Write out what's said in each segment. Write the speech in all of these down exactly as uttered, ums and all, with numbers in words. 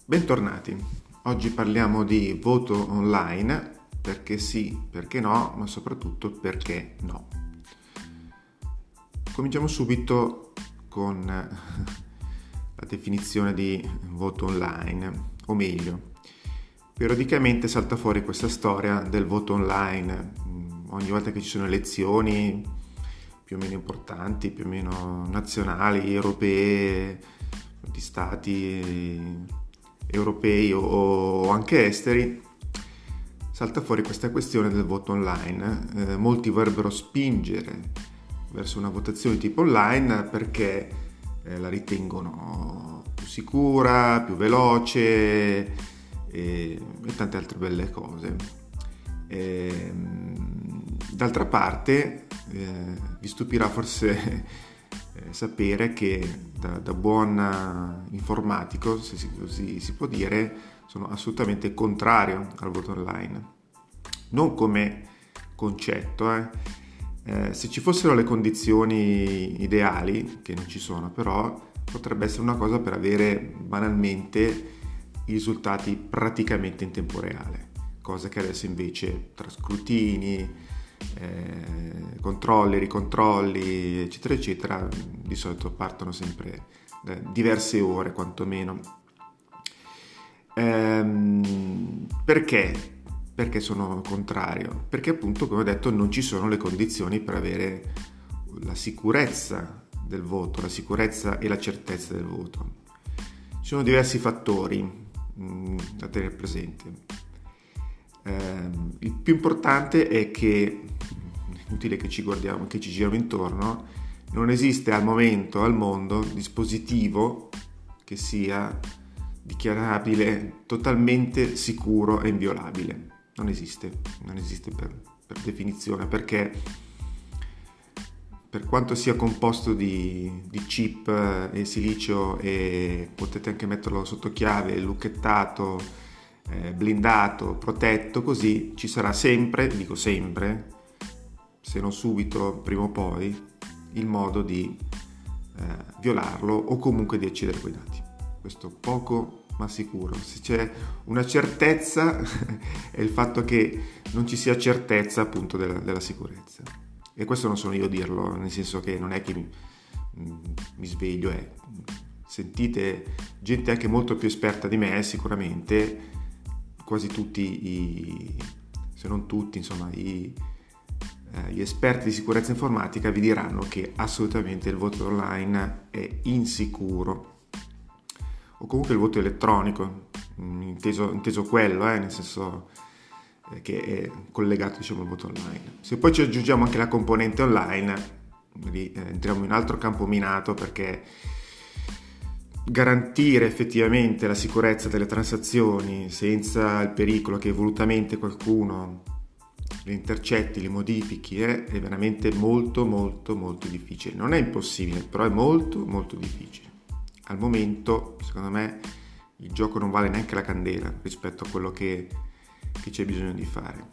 Bentornati, oggi parliamo di voto online, perché sì, perché no, ma soprattutto perché no. Cominciamo subito con la definizione di voto online, o meglio, periodicamente salta fuori questa storia del voto online, ogni volta che ci sono elezioni più o meno importanti, più o meno nazionali, europee, di stati europei o anche esteri, salta fuori questa questione del voto online. Eh, molti vorrebbero spingere verso una votazione tipo online perché eh, la ritengono più sicura, più veloce e, e tante altre belle cose. E, d'altra parte eh, vi stupirà forse eh, sapere che da, da buon informatico, se si, così si può dire, sono assolutamente contrario al voto online. Non come concetto, eh. Eh, se ci fossero le condizioni ideali, che non ci sono però, potrebbe essere una cosa per avere banalmente i risultati praticamente in tempo reale, cosa che adesso invece tra scrutini, Eh, controlli, ricontrolli, eccetera, eccetera, di solito partono sempre da diverse ore quantomeno. Ehm, perché? Perché sono contrario? Perché appunto, come ho detto, non ci sono le condizioni per avere la sicurezza del voto, la sicurezza e la certezza del voto. Ci sono diversi fattori mh, da tenere presente. Eh, il più importante è che, è inutile che ci guardiamo, che ci giriamo intorno, non esiste al momento al mondo dispositivo che sia dichiarabile totalmente sicuro e inviolabile. Non esiste, non esiste per, per definizione, perché per quanto sia composto di, di chip e silicio e potete anche metterlo sotto chiave, lucchettato, Eh, blindato, protetto, così ci sarà sempre, dico sempre, se non subito, prima o poi, il modo di eh, violarlo o comunque di accedere a quei dati. Questo poco ma sicuro. Se c'è una certezza è il fatto che non ci sia certezza appunto della, della sicurezza. E questo non sono io a dirlo, nel senso che non è che mi, mi sveglio, è sentite gente anche molto più esperta di me sicuramente. Quasi tutti i, se non tutti, insomma, i, eh, gli esperti di sicurezza informatica vi diranno che assolutamente il voto online è insicuro, o comunque il voto elettronico, inteso, inteso quello, eh, nel senso eh, che è collegato, diciamo, al voto online. Se poi ci aggiungiamo anche la componente online, lì eh, entriamo in un altro campo minato, perché garantire effettivamente la sicurezza delle transazioni senza il pericolo che volutamente qualcuno le intercetti, le modifichi è, è veramente molto molto molto difficile. Non è impossibile, però è molto molto difficile. Al momento, secondo me, il gioco non vale neanche la candela rispetto a quello che, che c'è bisogno di fare.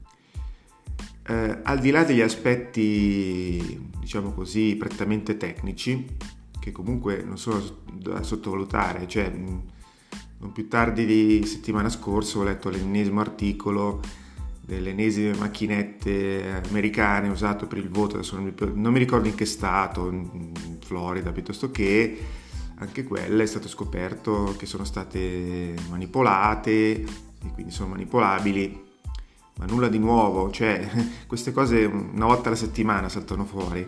Eh, al di là degli aspetti, diciamo così, prettamente tecnici, che comunque non sono da sottovalutare, cioè non più tardi di settimana scorsa ho letto l'ennesimo articolo delle ennesime macchinette americane usate per il voto, adesso non mi, non mi ricordo in che stato, in Florida piuttosto che, anche quelle è stato scoperto che sono state manipolate e quindi sono manipolabili, ma nulla di nuovo, cioè queste cose una volta alla settimana saltano fuori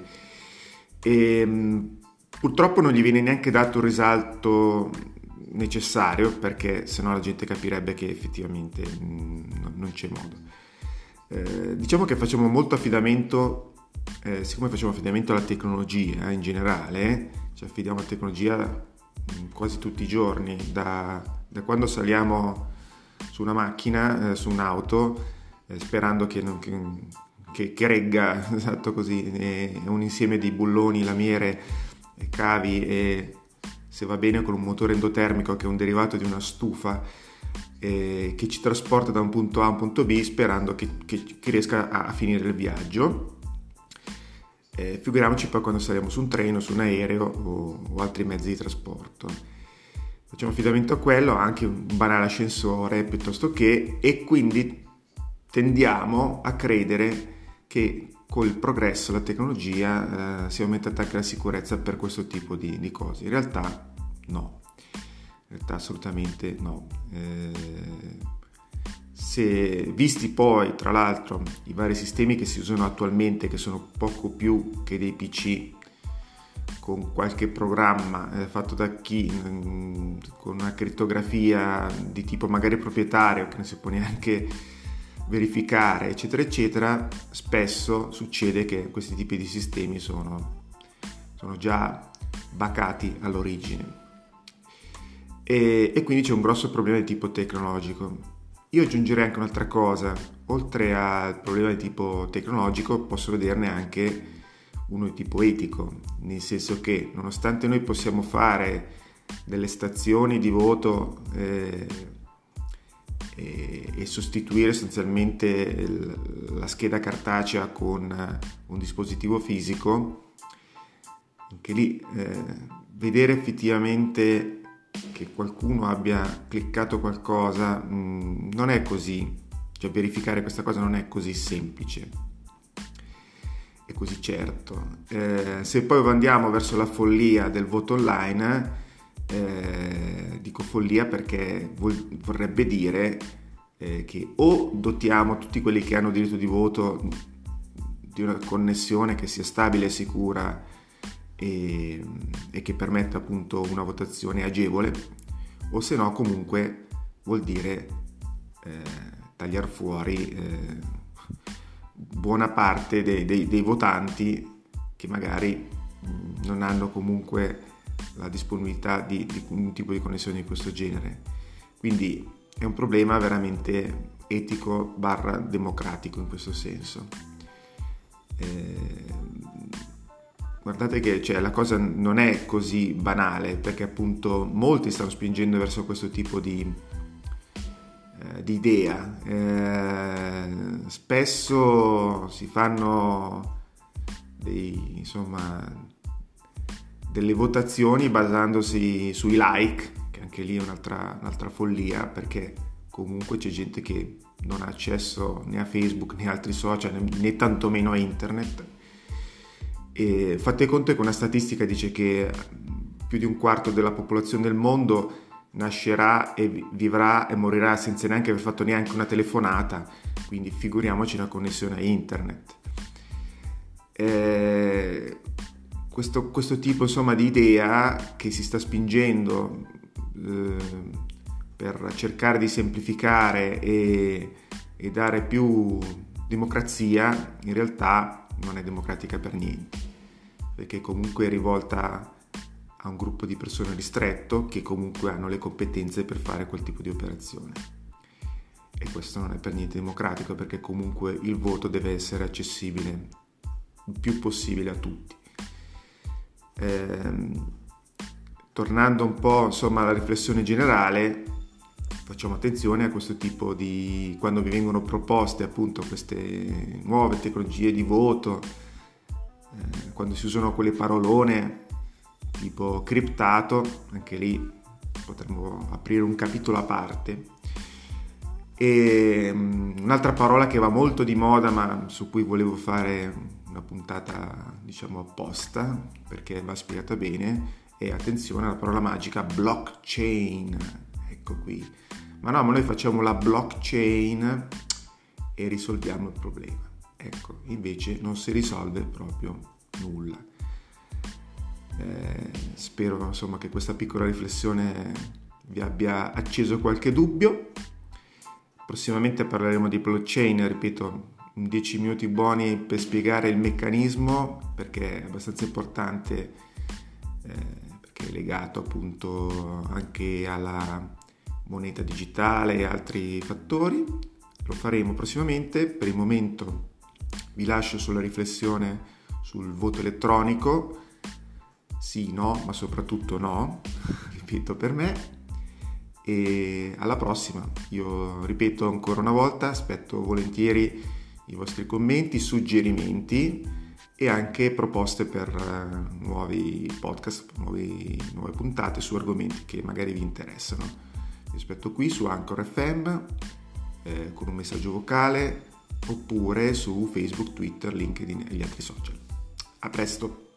e purtroppo non gli viene neanche dato un risalto necessario, perché sennò la gente capirebbe che effettivamente non c'è modo. Eh, diciamo che facciamo molto affidamento, eh, siccome facciamo affidamento alla tecnologia eh, in generale, ci affidiamo alla tecnologia quasi tutti i giorni, da, da quando saliamo su una macchina, eh, su un'auto, eh, sperando che, non, che, che, che regga, esatto così, è un insieme di bulloni, lamiere, cavi e, se va bene, con un motore endotermico che è un derivato di una stufa eh, che ci trasporta da un punto A a un punto B sperando che, che, che riesca a, a finire il viaggio. Eh, figuriamoci poi quando saliamo su un treno, su un aereo o, o altri mezzi di trasporto. facciamo affidamento a quello, anche un banale ascensore piuttosto che, e quindi tendiamo a credere che col progresso della tecnologia eh, sia aumentata anche la sicurezza per questo tipo di, di cose. In realtà no, in realtà assolutamente no. Eh, se visti poi tra l'altro i vari sistemi che si usano attualmente, che sono poco più che dei P C con qualche programma eh, fatto da chi mh, con una crittografia di tipo magari proprietario che non si può neanche verificare, eccetera eccetera, spesso succede che questi tipi di sistemi sono, sono già bacati all'origine e, e quindi c'è un grosso problema di tipo tecnologico. Io aggiungerei anche un'altra cosa: oltre al problema di tipo tecnologico posso vederne anche uno di tipo etico, nel senso che nonostante noi possiamo fare delle stazioni di voto eh, e, e sostituire sostanzialmente il, la scheda cartacea con un dispositivo fisico, anche lì eh, vedere effettivamente che qualcuno abbia cliccato qualcosa mh, non è così, cioè verificare questa cosa non è così semplice e così certo. Eh, se poi andiamo verso la follia del voto online, eh, dico follia perché vol- vorrebbe dire eh, che o dotiamo tutti quelli che hanno diritto di voto di una connessione che sia stabile e sicura e, e che permetta appunto una votazione agevole, o se no comunque vuol dire eh, tagliare fuori eh, buona parte dei, dei, dei votanti che magari mh, non hanno comunque la disponibilità di, di un tipo di connessione di questo genere. Quindi è un problema veramente etico barra democratico in questo senso. Eh, guardate che cioè, la cosa non è così banale, perché appunto molti stanno spingendo verso questo tipo di di idea. Eh, spesso si fanno dei, insomma, delle votazioni basandosi sui like, che anche lì è un'altra, un'altra follia, perché comunque c'è gente che non ha accesso né a Facebook né a altri social né, né tantomeno a internet. E fate conto che una statistica dice che più di un quarto della popolazione del mondo nascerà e vivrà e morirà senza neanche aver fatto neanche una telefonata, quindi figuriamoci una connessione a internet. Eh, questo, questo tipo insomma di idea che si sta spingendo eh, per cercare di semplificare e, e dare più democrazia, in realtà non è democratica per niente, perché comunque è rivolta a un gruppo di persone ristretto che comunque hanno le competenze per fare quel tipo di operazione, e questo non è per niente democratico, perché comunque il voto deve essere accessibile il più possibile a tutti. Ehm, tornando un po' insomma alla riflessione generale, facciamo attenzione a questo tipo di, quando vi vengono proposte appunto queste nuove tecnologie di voto, eh, quando si usano quelle parolone tipo criptato, anche lì potremmo aprire un capitolo a parte. E um, un'altra parola che va molto di moda, ma su cui volevo fare una puntata diciamo apposta perché va spiegata bene, è attenzione alla parola magica blockchain. Ecco qui. Ma no, ma noi facciamo la blockchain e risolviamo il problema. Ecco, invece non si risolve proprio nulla. Eh, spero insomma che questa piccola riflessione vi abbia acceso qualche dubbio. Prossimamente parleremo di blockchain, ripeto, dieci minuti buoni per spiegare il meccanismo, perché è abbastanza importante, eh, perché è legato appunto anche alla moneta digitale e altri fattori. Lo faremo prossimamente. Per il momento vi lascio sulla riflessione sul voto elettronico. Sì, no, ma soprattutto no, ripeto per me, e alla prossima. Io ripeto ancora una volta, aspetto volentieri i vostri commenti, suggerimenti e anche proposte per uh, nuovi podcast, nuovi, nuove puntate su argomenti che magari vi interessano. Vi aspetto qui su Anchor F M eh, con un messaggio vocale oppure su Facebook, Twitter, LinkedIn e gli altri social. A presto!